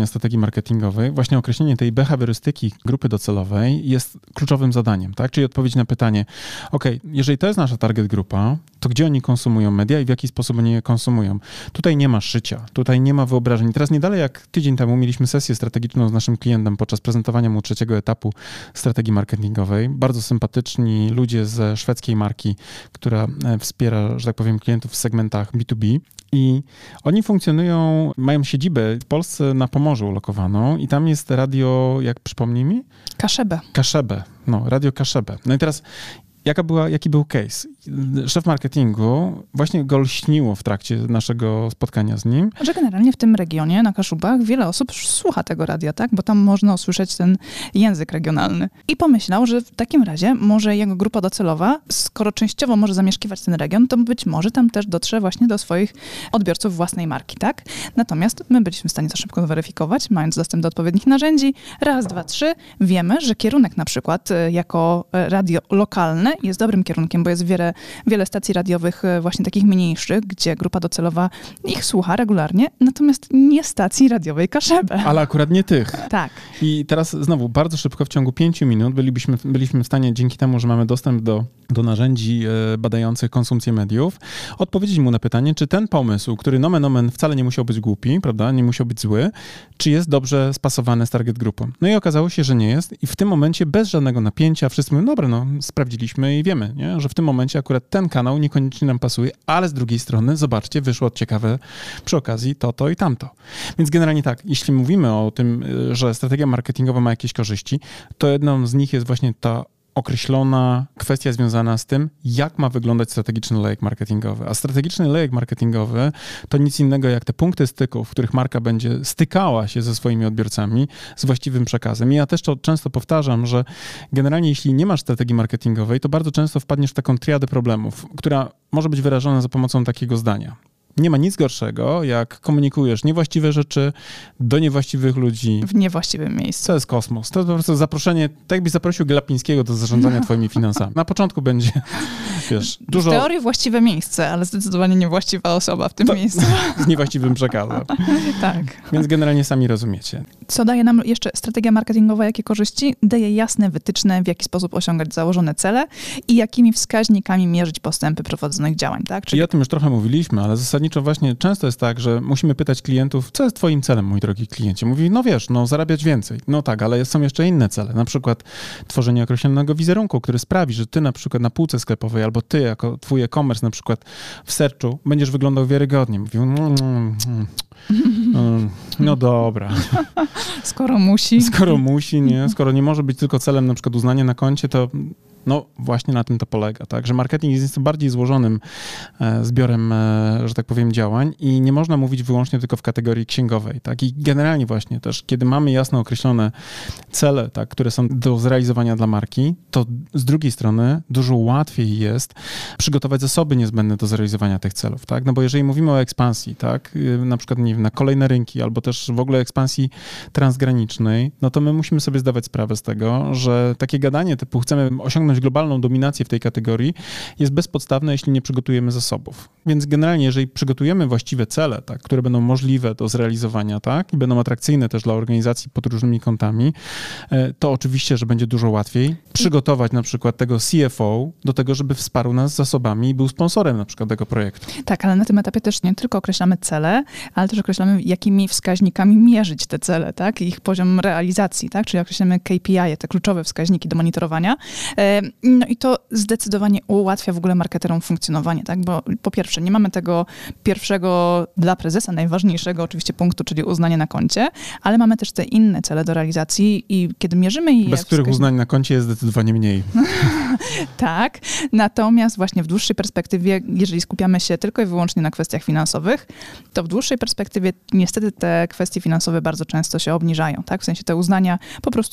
strategii marketingowej właśnie określenie tej behawiorystyki grupy docelowej jest kluczowym zadaniem, tak? Czyli odpowiedź na pytanie, ok, jeżeli to jest nasza target grupa, to gdzie oni konsumują media i w jaki sposób oni je konsumują? Tutaj nie ma szycia, tutaj nie ma wyobrażeń. Teraz nie dalej jak tydzień temu mieliśmy sesję strategiczną z naszym klientem podczas prezentowania mu trzeciego etapu strategii marketingowej. Bardzo sympatyczni ludzie ze szwedzkiej marki, która wspiera, że tak powiem, klientów w segmentach B dwa B. I oni funkcjonują, mają siedzibę w Polsce na Pomorzu ulokowaną i tam jest radio, jak przypomnij mi? Kaszebę. Kaszebę, no, radio Kaszebę. No i teraz Jaka była, jaki był case? Szef marketingu właśnie go lśniło w trakcie naszego spotkania z nim. Że generalnie w tym regionie, na Kaszubach, wiele osób słucha tego radia, tak? Bo tam można usłyszeć ten język regionalny. I pomyślał, że w takim razie może jego grupa docelowa, skoro częściowo może zamieszkiwać ten region, to być może tam też dotrze właśnie do swoich odbiorców własnej marki, tak? Natomiast my byliśmy w stanie to szybko zweryfikować, mając dostęp do odpowiednich narzędzi. Raz, dwa, trzy. Wiemy, że kierunek na przykład jako radio lokalne jest dobrym kierunkiem, bo jest wiele, wiele stacji radiowych właśnie takich mniejszych, gdzie grupa docelowa ich słucha regularnie, natomiast nie stacji radiowej Kaszebę. Ale akurat nie tych. Tak. I teraz znowu bardzo szybko, w ciągu pięciu minut bylibyśmy, byliśmy w stanie, dzięki temu, że mamy dostęp do, do narzędzi badających konsumpcję mediów, odpowiedzieć mu na pytanie, czy ten pomysł, który nomen omen wcale nie musiał być głupi, prawda, nie musiał być zły, czy jest dobrze spasowany z target grupą. No i okazało się, że nie jest i w tym momencie bez żadnego napięcia wszyscy mówią, dobra, no sprawdziliśmy i wiemy, nie? Że w tym momencie akurat ten kanał niekoniecznie nam pasuje, ale z drugiej strony, zobaczcie, wyszło ciekawe przy okazji to, to i tamto. Więc generalnie tak, jeśli mówimy o tym, że strategia marketingowa ma jakieś korzyści, to jedną z nich jest właśnie ta określona kwestia związana z tym, jak ma wyglądać strategiczny lejek marketingowy. A strategiczny lejek marketingowy to nic innego jak te punkty styku, w których marka będzie stykała się ze swoimi odbiorcami z właściwym przekazem. I ja też to często powtarzam, że generalnie jeśli nie masz strategii marketingowej, to bardzo często wpadniesz w taką triadę problemów, która może być wyrażona za pomocą takiego zdania. Nie ma nic gorszego, jak komunikujesz niewłaściwe rzeczy do niewłaściwych ludzi. W niewłaściwym miejscu. To jest kosmos. To jest po prostu zaproszenie, tak jakbyś zaprosił Glapińskiego do zarządzania twoimi finansami. Na początku będzie, wiesz, dużo... W teorii właściwe miejsce, ale zdecydowanie niewłaściwa osoba w tym to, miejscu. Z niewłaściwym przekazem. Tak. Więc generalnie sami rozumiecie. Co daje nam jeszcze strategia marketingowa, jakie korzyści? Daje jasne wytyczne, w jaki sposób osiągać założone cele i jakimi wskaźnikami mierzyć postępy prowadzonych działań. Tak? Czyli... I o tym już trochę mówiliśmy, ale zasadniczo właśnie często jest tak, że musimy pytać klientów, co jest twoim celem, mój drogi kliencie? Mówi, no wiesz, no zarabiać więcej. No tak, ale są jeszcze inne cele, na przykład tworzenie określonego wizerunku, który sprawi, że ty na przykład na półce sklepowej albo ty jako twój e-commerce na przykład w searchu będziesz wyglądał wiarygodnie. Mówił, mm, mm, mm, no dobra. Skoro musi. Skoro musi, nie? Skoro nie może być tylko celem na przykład uznania na koncie, to no właśnie na tym to polega, tak? Że marketing jest nieco bardziej złożonym e, zbiorem, e, że tak powiem, działań i nie można mówić wyłącznie tylko w kategorii księgowej, tak? I generalnie właśnie też, kiedy mamy jasno określone cele, tak, które są do zrealizowania dla marki, to z drugiej strony dużo łatwiej jest przygotować zasoby niezbędne do zrealizowania tych celów, tak? No bo jeżeli mówimy o ekspansji, tak? Na przykład, nie wiem, na kolejne rynki albo też w ogóle ekspansji transgranicznej, no to my musimy sobie zdawać sprawę z tego, że takie gadanie typu chcemy osiągnąć globalną dominację w tej kategorii jest bezpodstawne, jeśli nie przygotujemy zasobów. Więc generalnie, jeżeli przygotujemy właściwe cele, tak, które będą możliwe do zrealizowania, tak, i będą atrakcyjne też dla organizacji pod różnymi kątami, to oczywiście, że będzie dużo łatwiej przygotować na przykład tego C F O do tego, żeby wsparł nas zasobami i był sponsorem na przykład tego projektu. Tak, ale na tym etapie też nie tylko określamy cele, ale też określamy, jakimi wskaźnikami mierzyć te cele, tak, i ich poziom realizacji, tak, czyli określamy K P I, te kluczowe wskaźniki do monitorowania. No i to zdecydowanie ułatwia w ogóle marketerom funkcjonowanie, tak? Bo po pierwsze, nie mamy tego pierwszego dla prezesa, najważniejszego oczywiście punktu, czyli uznanie na koncie, ale mamy też te inne cele do realizacji i kiedy mierzymy je... Bez których uznań na koncie jest zdecydowanie mniej. Tak, natomiast właśnie w dłuższej perspektywie, jeżeli skupiamy się tylko i wyłącznie na kwestiach finansowych, to w dłuższej perspektywie niestety te kwestie finansowe bardzo często się obniżają, tak? W sensie te uznania po prostu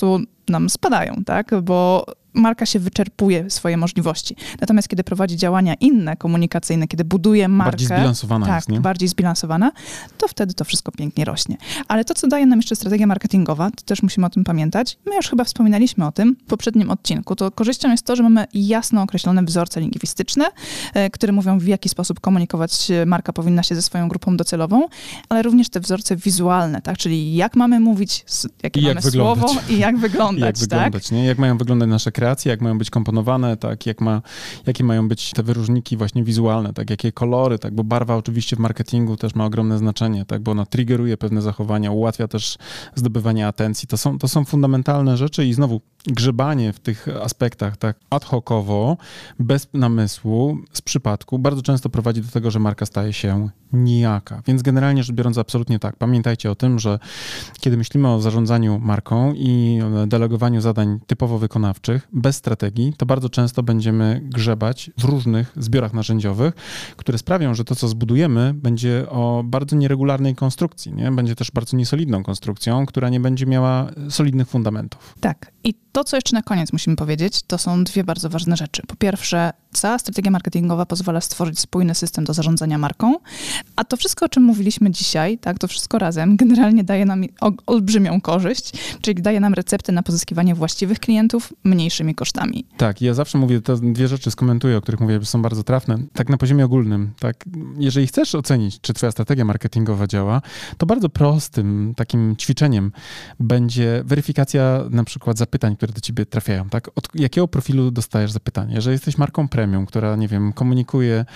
nam spadają, tak? Bo marka się wyczerpuje swoje możliwości. Natomiast kiedy prowadzi działania inne, komunikacyjne, kiedy buduje markę... Bardziej zbilansowana tak, jest, nie? bardziej zbilansowana, to wtedy to wszystko pięknie rośnie. Ale to, co daje nam jeszcze strategia marketingowa, to też musimy o tym pamiętać. My już chyba wspominaliśmy o tym w poprzednim odcinku. To korzyścią jest to, że mamy jasno określone wzorce lingwistyczne, które mówią, w jaki sposób komunikować marka powinna się ze swoją grupą docelową, ale również te wzorce wizualne, tak? Czyli jak mamy mówić, jakie I mamy jak wyglądać. słowo i jak wyglądać, I jak tak? wyglądać, nie? Jak mają wyglądać nasze kreacje, jak mają być komponowane, tak? Jak ma, jakie mają być te wyróżniki właśnie wizualne, tak? Jakie kolory, tak? Bo barwa oczywiście w marketingu też ma ogromne znaczenie, tak? Bo ona triggeruje pewne zachowania, ułatwia też zdobywanie atencji. To są, to są fundamentalne rzeczy i znowu grzebanie w tych aspektach tak ad hocowo, bez namysłu, z przypadku, bardzo często prowadzi do tego, że marka staje się nijaka. Więc generalnie rzecz biorąc absolutnie tak. Pamiętajcie o tym, że kiedy myślimy o zarządzaniu marką i delegowaniu zadań typowo wykonawczych bez strategii, to bardzo często będziemy grzebać w różnych zbiorach narzędziowych, które sprawią, że to, co zbudujemy, będzie o bardzo nieregularnej konstrukcji, nie? Będzie też bardzo niesolidną konstrukcją, która nie będzie miała solidnych fundamentów. Tak. I to, co jeszcze na koniec musimy powiedzieć, to są dwie bardzo ważne rzeczy. Po pierwsze, cała strategia marketingowa pozwala stworzyć spójny system do zarządzania marką, a to wszystko, o czym mówiliśmy dzisiaj, tak, to wszystko razem generalnie daje nam olbrzymią korzyść, czyli daje nam receptę na pozyskiwanie właściwych klientów mniejszymi kosztami. Tak, ja zawsze mówię, te dwie rzeczy skomentuję, o których mówię, że są bardzo trafne. Tak na poziomie ogólnym, tak, jeżeli chcesz ocenić, czy twoja strategia marketingowa działa, to bardzo prostym takim ćwiczeniem będzie weryfikacja na przykład zapytań, które do ciebie trafiają, tak? Od jakiego profilu dostajesz zapytanie? Jeżeli jesteś marką premium, która, nie wiem, komunikuje,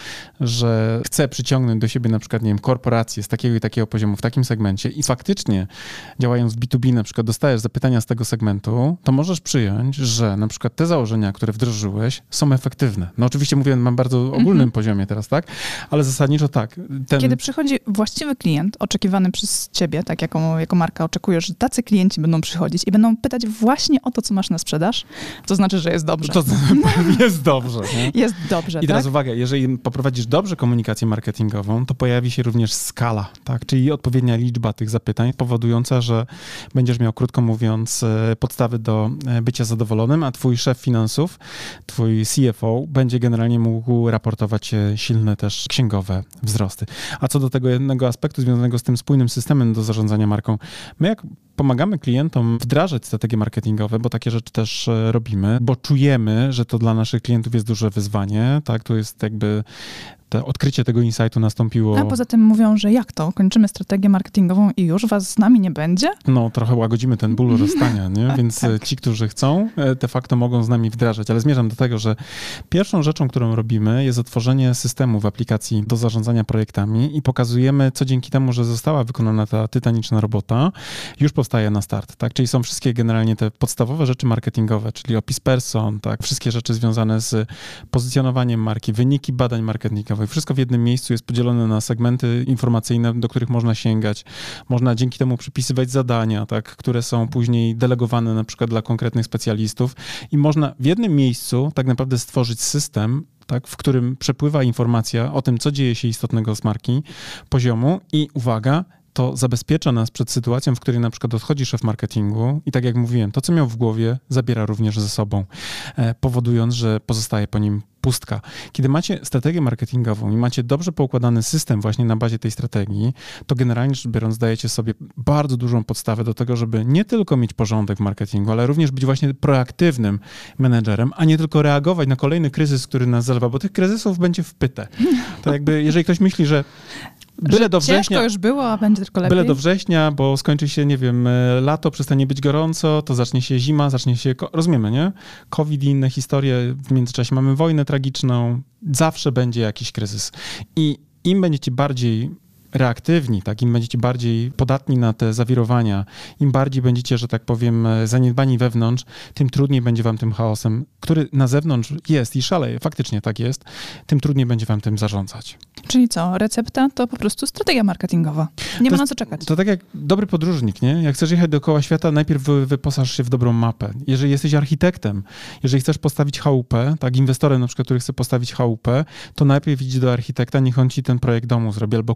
że chce przyciągnąć do siebie na przykład, nie wiem, korporacje z takiego i takiego poziomu w takim segmencie i faktycznie działając w B dwa B na przykład dostajesz zapytania z tego segmentu, to możesz przyjąć, że na przykład te założenia, które wdrożyłeś, są efektywne. No oczywiście mówię na bardzo ogólnym mm-hmm. poziomie teraz, tak? Ale zasadniczo tak. Ten... Kiedy przychodzi właściwy klient, oczekiwany przez ciebie, tak jako, jako marka oczekujesz, że tacy klienci będą przychodzić i będą pytać właśnie o to, co masz na sprzedaż, to znaczy, że jest dobrze. To jest dobrze. Nie? Jest dobrze, I teraz tak? uwaga, jeżeli poprowadzisz dobrze komunikację marketingową, to pojawi się również skala, tak? Czyli odpowiednia liczba tych zapytań powodująca, że będziesz miał, krótko mówiąc, podstawy do bycia zadowolonym, a twój szef finansów, twój C F O będzie generalnie mógł raportować silne też księgowe wzrosty. A co do tego jednego aspektu związanego z tym spójnym systemem do zarządzania marką, my jak pomagamy klientom wdrażać strategie marketingowe, bo takie rzeczy też robimy, bo czujemy, że to dla naszych klientów jest duże wyzwanie, tak? To jest jakby to odkrycie tego insightu nastąpiło. A poza tym mówią, że jak to? Kończymy strategię marketingową i już was z nami nie będzie? No, trochę łagodzimy ten ból rozstania, nie? tak, Więc tak. ci, którzy chcą, de facto mogą z nami wdrażać. Ale zmierzam do tego, że pierwszą rzeczą, którą robimy, jest otworzenie systemu w aplikacji do zarządzania projektami i pokazujemy, co dzięki temu, że została wykonana ta tytaniczna robota, już powstaje na start, tak? Czyli są wszystkie generalnie te podstawowe rzeczy marketingowe, czyli opis person, tak? Wszystkie rzeczy związane z pozycjonowaniem marki, wyniki badań marketingowych, wszystko w jednym miejscu jest podzielone na segmenty informacyjne, do których można sięgać. Można dzięki temu przypisywać zadania, tak, które są później delegowane na przykład dla konkretnych specjalistów i można w jednym miejscu tak naprawdę stworzyć system, tak, w którym przepływa informacja o tym, co dzieje się istotnego z marki, poziomu i uwaga, to zabezpiecza nas przed sytuacją, w której na przykład odchodzi szef marketingu i tak jak mówiłem, to co miał w głowie zabiera również ze sobą, e, powodując, że pozostaje po nim pustka. Kiedy macie strategię marketingową i macie dobrze poukładany system właśnie na bazie tej strategii, to generalnie rzecz biorąc dajecie sobie bardzo dużą podstawę do tego, żeby nie tylko mieć porządek w marketingu, ale również być właśnie proaktywnym menedżerem, a nie tylko reagować na kolejny kryzys, który nas zalewa, bo tych kryzysów będzie w pytę. To jakby, jeżeli ktoś myśli, że byle do września, ciężko już było, a będzie tylko lepiej. Byle do września, bo skończy się, nie wiem, lato, przestanie być gorąco, to zacznie się zima, zacznie się... Rozumiemy, nie? COVID i inne historie, w międzyczasie mamy wojnę tragiczną, zawsze będzie jakiś kryzys. I im będziecie bardziej reaktywni, tak, im będziecie bardziej podatni na te zawirowania, im bardziej będziecie, że tak powiem, zaniedbani wewnątrz, tym trudniej będzie wam tym chaosem, który na zewnątrz jest i szaleje, faktycznie tak jest, tym trudniej będzie wam tym zarządzać. Czyli co? Recepta to po prostu strategia marketingowa. Nie to ma jest, na co czekać. To tak jak dobry podróżnik, nie? Jak chcesz jechać dookoła świata, najpierw wy, wyposaż się w dobrą mapę. Jeżeli jesteś architektem, jeżeli chcesz postawić chałupę, tak, inwestorem na przykład, który chce postawić chałupę, to najpierw idź do architekta, niech on ci ten projekt domu zrobi, albo kup ten projekt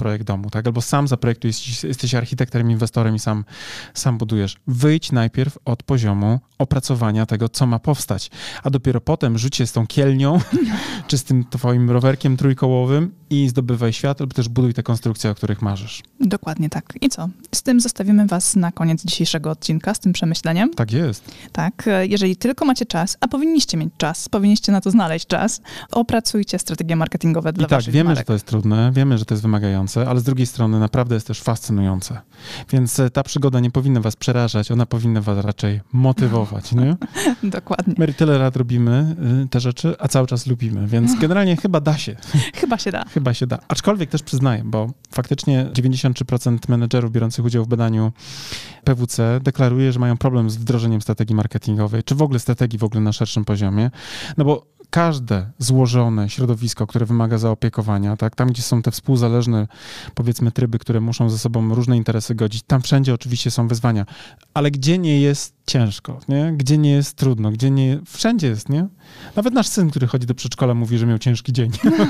projekt domu, tak? Albo sam zaprojektujesz, jesteś architektem, inwestorem i sam, sam budujesz. Wyjdź najpierw od poziomu opracowania tego, co ma powstać, a dopiero potem rzuć się z tą kielnią, czy z tym twoim rowerkiem trójkołowym i zdobywaj świat, lub też buduj te konstrukcje, o których marzysz. Dokładnie tak. I co? Z tym zostawimy was na koniec dzisiejszego odcinka, z tym przemyśleniem. Tak jest. Tak. Jeżeli tylko macie czas, a powinniście mieć czas, powinniście na to znaleźć czas, opracujcie strategie marketingowe dla I tak, waszych wiemy, marek. że to jest trudne, wiemy, że to jest wymagające, ale z drugiej strony naprawdę jest też fascynujące. Więc ta przygoda nie powinna was przerażać, ona powinna was raczej motywować, nie? Dokładnie. My tyle lat robimy te rzeczy, a cały czas lubimy, więc generalnie chyba da się. Chyba się da. Chyba się da. Aczkolwiek też przyznaję, bo faktycznie dziewięćdziesiąt trzy procent menedżerów biorących udział w badaniu P W C deklaruje, że mają problem z wdrożeniem strategii marketingowej, czy w ogóle strategii w ogóle na szerszym poziomie, no bo każde złożone środowisko, które wymaga zaopiekowania, tak, tam gdzie są te współzależne, powiedzmy, tryby, które muszą ze sobą różne interesy godzić, tam wszędzie oczywiście są wyzwania, ale gdzie nie jest ciężko, nie? Gdzie nie jest trudno, gdzie nie... Wszędzie jest, nie? Nawet nasz syn, który chodzi do przedszkola, mówi, że miał ciężki dzień.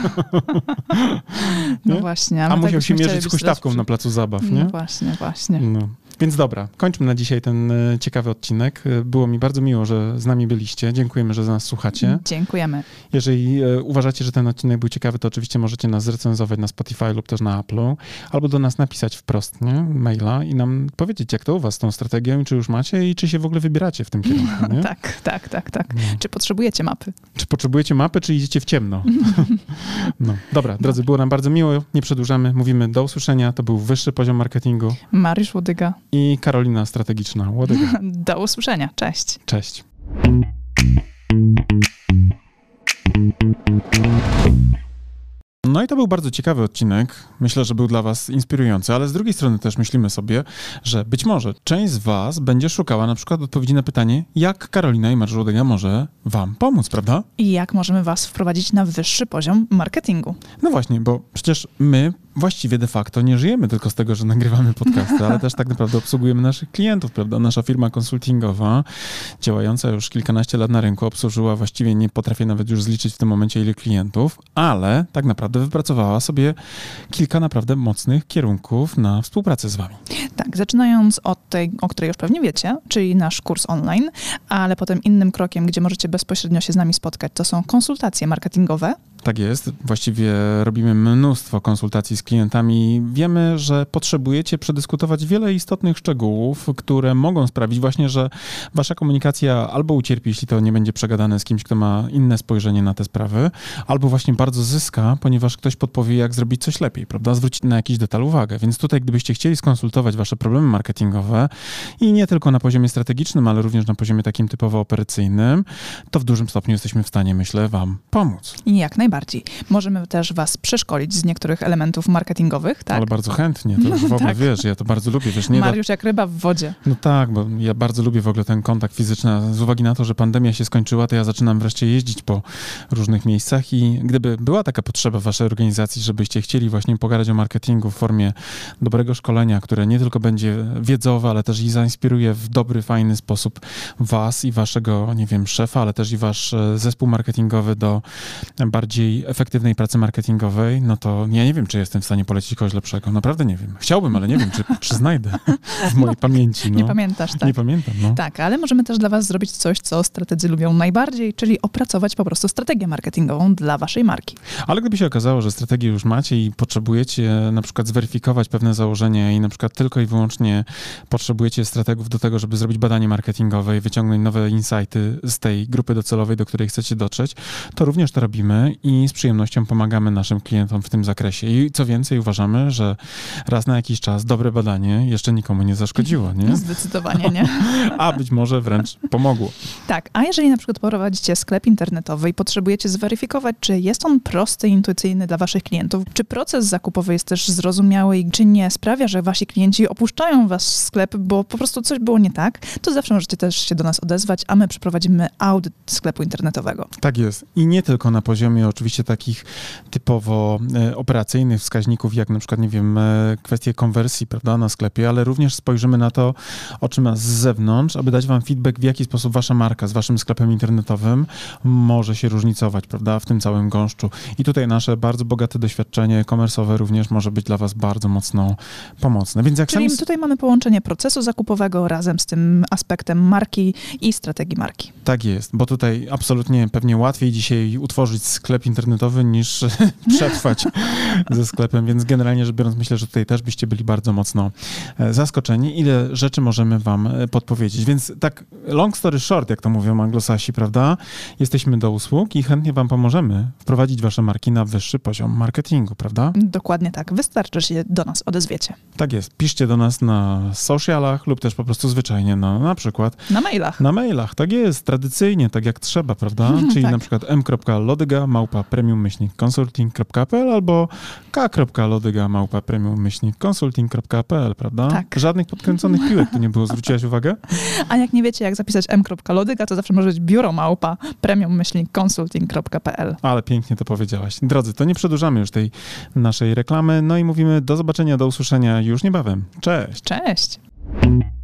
No właśnie. A musiał się mierzyć z huśtawką na placu zabaw, nie? No właśnie, właśnie. No. Więc dobra, kończmy na dzisiaj ten y, ciekawy odcinek. Było mi bardzo miło, że z nami byliście. Dziękujemy, że nas słuchacie. Dziękujemy. Jeżeli y, uważacie, że ten odcinek był ciekawy, to oczywiście możecie nas zrecenzować na Spotify lub też na Apple'u, albo do nas napisać wprost, nie? Maila i nam powiedzieć, jak to u was z tą strategią i czy już macie i czy się w ogóle wybieracie w tym kierunku, nie? Tak, tak, tak, tak. No. Czy potrzebujecie mapy? Czy potrzebujecie mapy, czy idziecie w ciemno? No. Dobra, drodzy, było nam bardzo miło. Nie przedłużamy. Mówimy do usłyszenia. To był wyższy poziom marketingu. Mariusz Łodyga. I Karolina Strategiczna. Łodyga. Do usłyszenia. Cześć. Cześć. No i to był bardzo ciekawy odcinek. Myślę, że był dla was inspirujący, ale z drugiej strony też myślimy sobie, że być może część z was będzie szukała na przykład odpowiedzi na pytanie, jak Karolina i Mariusz Łodyga może wam pomóc, prawda? I jak możemy was wprowadzić na wyższy poziom marketingu. No właśnie, bo przecież my właściwie de facto nie żyjemy tylko z tego, że nagrywamy podcasty, ale też tak naprawdę obsługujemy naszych klientów, prawda? Nasza firma konsultingowa, działająca już kilkanaście lat na rynku, obsłużyła właściwie, nie potrafię nawet już zliczyć w tym momencie ile klientów, ale tak naprawdę wypracowała sobie kilka naprawdę mocnych kierunków na współpracę z wami. Tak, zaczynając od tej, o której już pewnie wiecie, czyli nasz kurs online, ale potem innym krokiem, gdzie możecie bezpośrednio się z nami spotkać, to są konsultacje marketingowe. Tak jest. Właściwie robimy mnóstwo konsultacji z klientami. Wiemy, że potrzebujecie przedyskutować wiele istotnych szczegółów, które mogą sprawić właśnie, że wasza komunikacja albo ucierpi, jeśli to nie będzie przegadane z kimś, kto ma inne spojrzenie na te sprawy, albo właśnie bardzo zyska, ponieważ ktoś podpowie, jak zrobić coś lepiej, prawda? Zwrócić na jakiś detal uwagę. Więc tutaj, gdybyście chcieli skonsultować wasze problemy marketingowe i nie tylko na poziomie strategicznym, ale również na poziomie takim typowo operacyjnym, to w dużym stopniu jesteśmy w stanie, myślę, wam pomóc. I jak najbardziej. Możemy też was przeszkolić z niektórych elementów marketingowych, tak? Ale bardzo chętnie, to już w ogóle Tak. wiesz, ja to bardzo lubię. Wiesz, nie Mariusz jak ryba w wodzie. No tak, bo ja bardzo lubię w ogóle ten kontakt fizyczny. Z uwagi na to, że pandemia się skończyła, to ja zaczynam wreszcie jeździć po różnych miejscach i gdyby była taka potrzeba w waszej organizacji, żebyście chcieli właśnie pogadać o marketingu w formie dobrego szkolenia, które nie tylko będzie wiedzowe, ale też i zainspiruje w dobry, fajny sposób was i waszego, nie wiem, szefa, ale też i wasz zespół marketingowy do bardziej efektywnej pracy marketingowej, no to ja nie wiem, czy jestem w stanie polecić kogoś lepszego. Naprawdę nie wiem. Chciałbym, ale nie wiem, czy, czy znajdę w mojej No, pamięci. No. Nie pamiętasz, tak? Nie pamiętam, no. Tak, ale możemy też dla was zrobić coś, co strategzy lubią najbardziej, czyli opracować po prostu strategię marketingową dla waszej marki. Ale gdyby się okazało, że strategię już macie i potrzebujecie na przykład zweryfikować pewne założenia i na przykład tylko i wyłącznie potrzebujecie strategów do tego, żeby zrobić badanie marketingowe i wyciągnąć nowe insighty z tej grupy docelowej, do której chcecie dotrzeć, to również to robimy i z przyjemnością pomagamy naszym klientom w tym zakresie. I co więcej, uważamy, że raz na jakiś czas dobre badanie jeszcze nikomu nie zaszkodziło, nie? Zdecydowanie nie. A być może wręcz pomogło. Tak, a jeżeli na przykład prowadzicie sklep internetowy i potrzebujecie zweryfikować, czy jest on prosty i intuicyjny dla waszych klientów, czy proces zakupowy jest też zrozumiały i czy nie sprawia, że wasi klienci opuszczają wasz sklep, bo po prostu coś było nie tak, to zawsze możecie też się do nas odezwać, a my przeprowadzimy audyt sklepu internetowego. Tak jest. I nie tylko na poziomie oczywiście takich typowo e, operacyjnych wskaźników, jak na przykład, nie wiem, e, kwestie konwersji, prawda, na sklepie, ale również spojrzymy na to, oczy ma z zewnątrz, aby dać wam feedback, w jaki sposób wasza marka z waszym sklepem internetowym może się różnicować, prawda, w tym całym gąszczu. I tutaj nasze bardzo bogate doświadczenie e-commerce'owe również może być dla was bardzo mocno pomocne. Więc jak Czyli sami... tutaj mamy połączenie procesu zakupowego razem z tym aspektem marki i strategii marki. Tak jest, bo tutaj absolutnie pewnie łatwiej dzisiaj utworzyć sklep internetowy niż przetrwać ze sklepem, więc generalnie rzecz biorąc myślę, że tutaj też byście byli bardzo mocno zaskoczeni, ile rzeczy możemy wam podpowiedzieć. Więc tak long story short, jak to mówią anglosasi, prawda? Jesteśmy do usług i chętnie wam pomożemy wprowadzić wasze marki na wyższy poziom marketingu, prawda? Dokładnie tak. Wystarczy, że się do nas odezwiecie. Tak jest. Piszcie do nas na socialach lub też po prostu zwyczajnie na, na przykład na mailach. Na mailach, tak jest. Tradycyjnie, tak jak trzeba, prawda? Czyli tak. na przykład m kropka lodyga małpa premium myślnik consulting kropka p l albo k kropka lodyga małpa premium myślnik consulting kropka p l, prawda? Tak. Żadnych podkręconych piłek tu nie było. Zwróciłaś uwagę? A jak nie wiecie, jak zapisać m kropka lodyga, to zawsze może być biuro małpa premium myślnik consulting kropka p l. Ale pięknie to powiedziałaś. Drodzy, to nie przedłużamy już tej naszej reklamy, no i mówimy do zobaczenia, do usłyszenia już niebawem. Cześć! Cześć!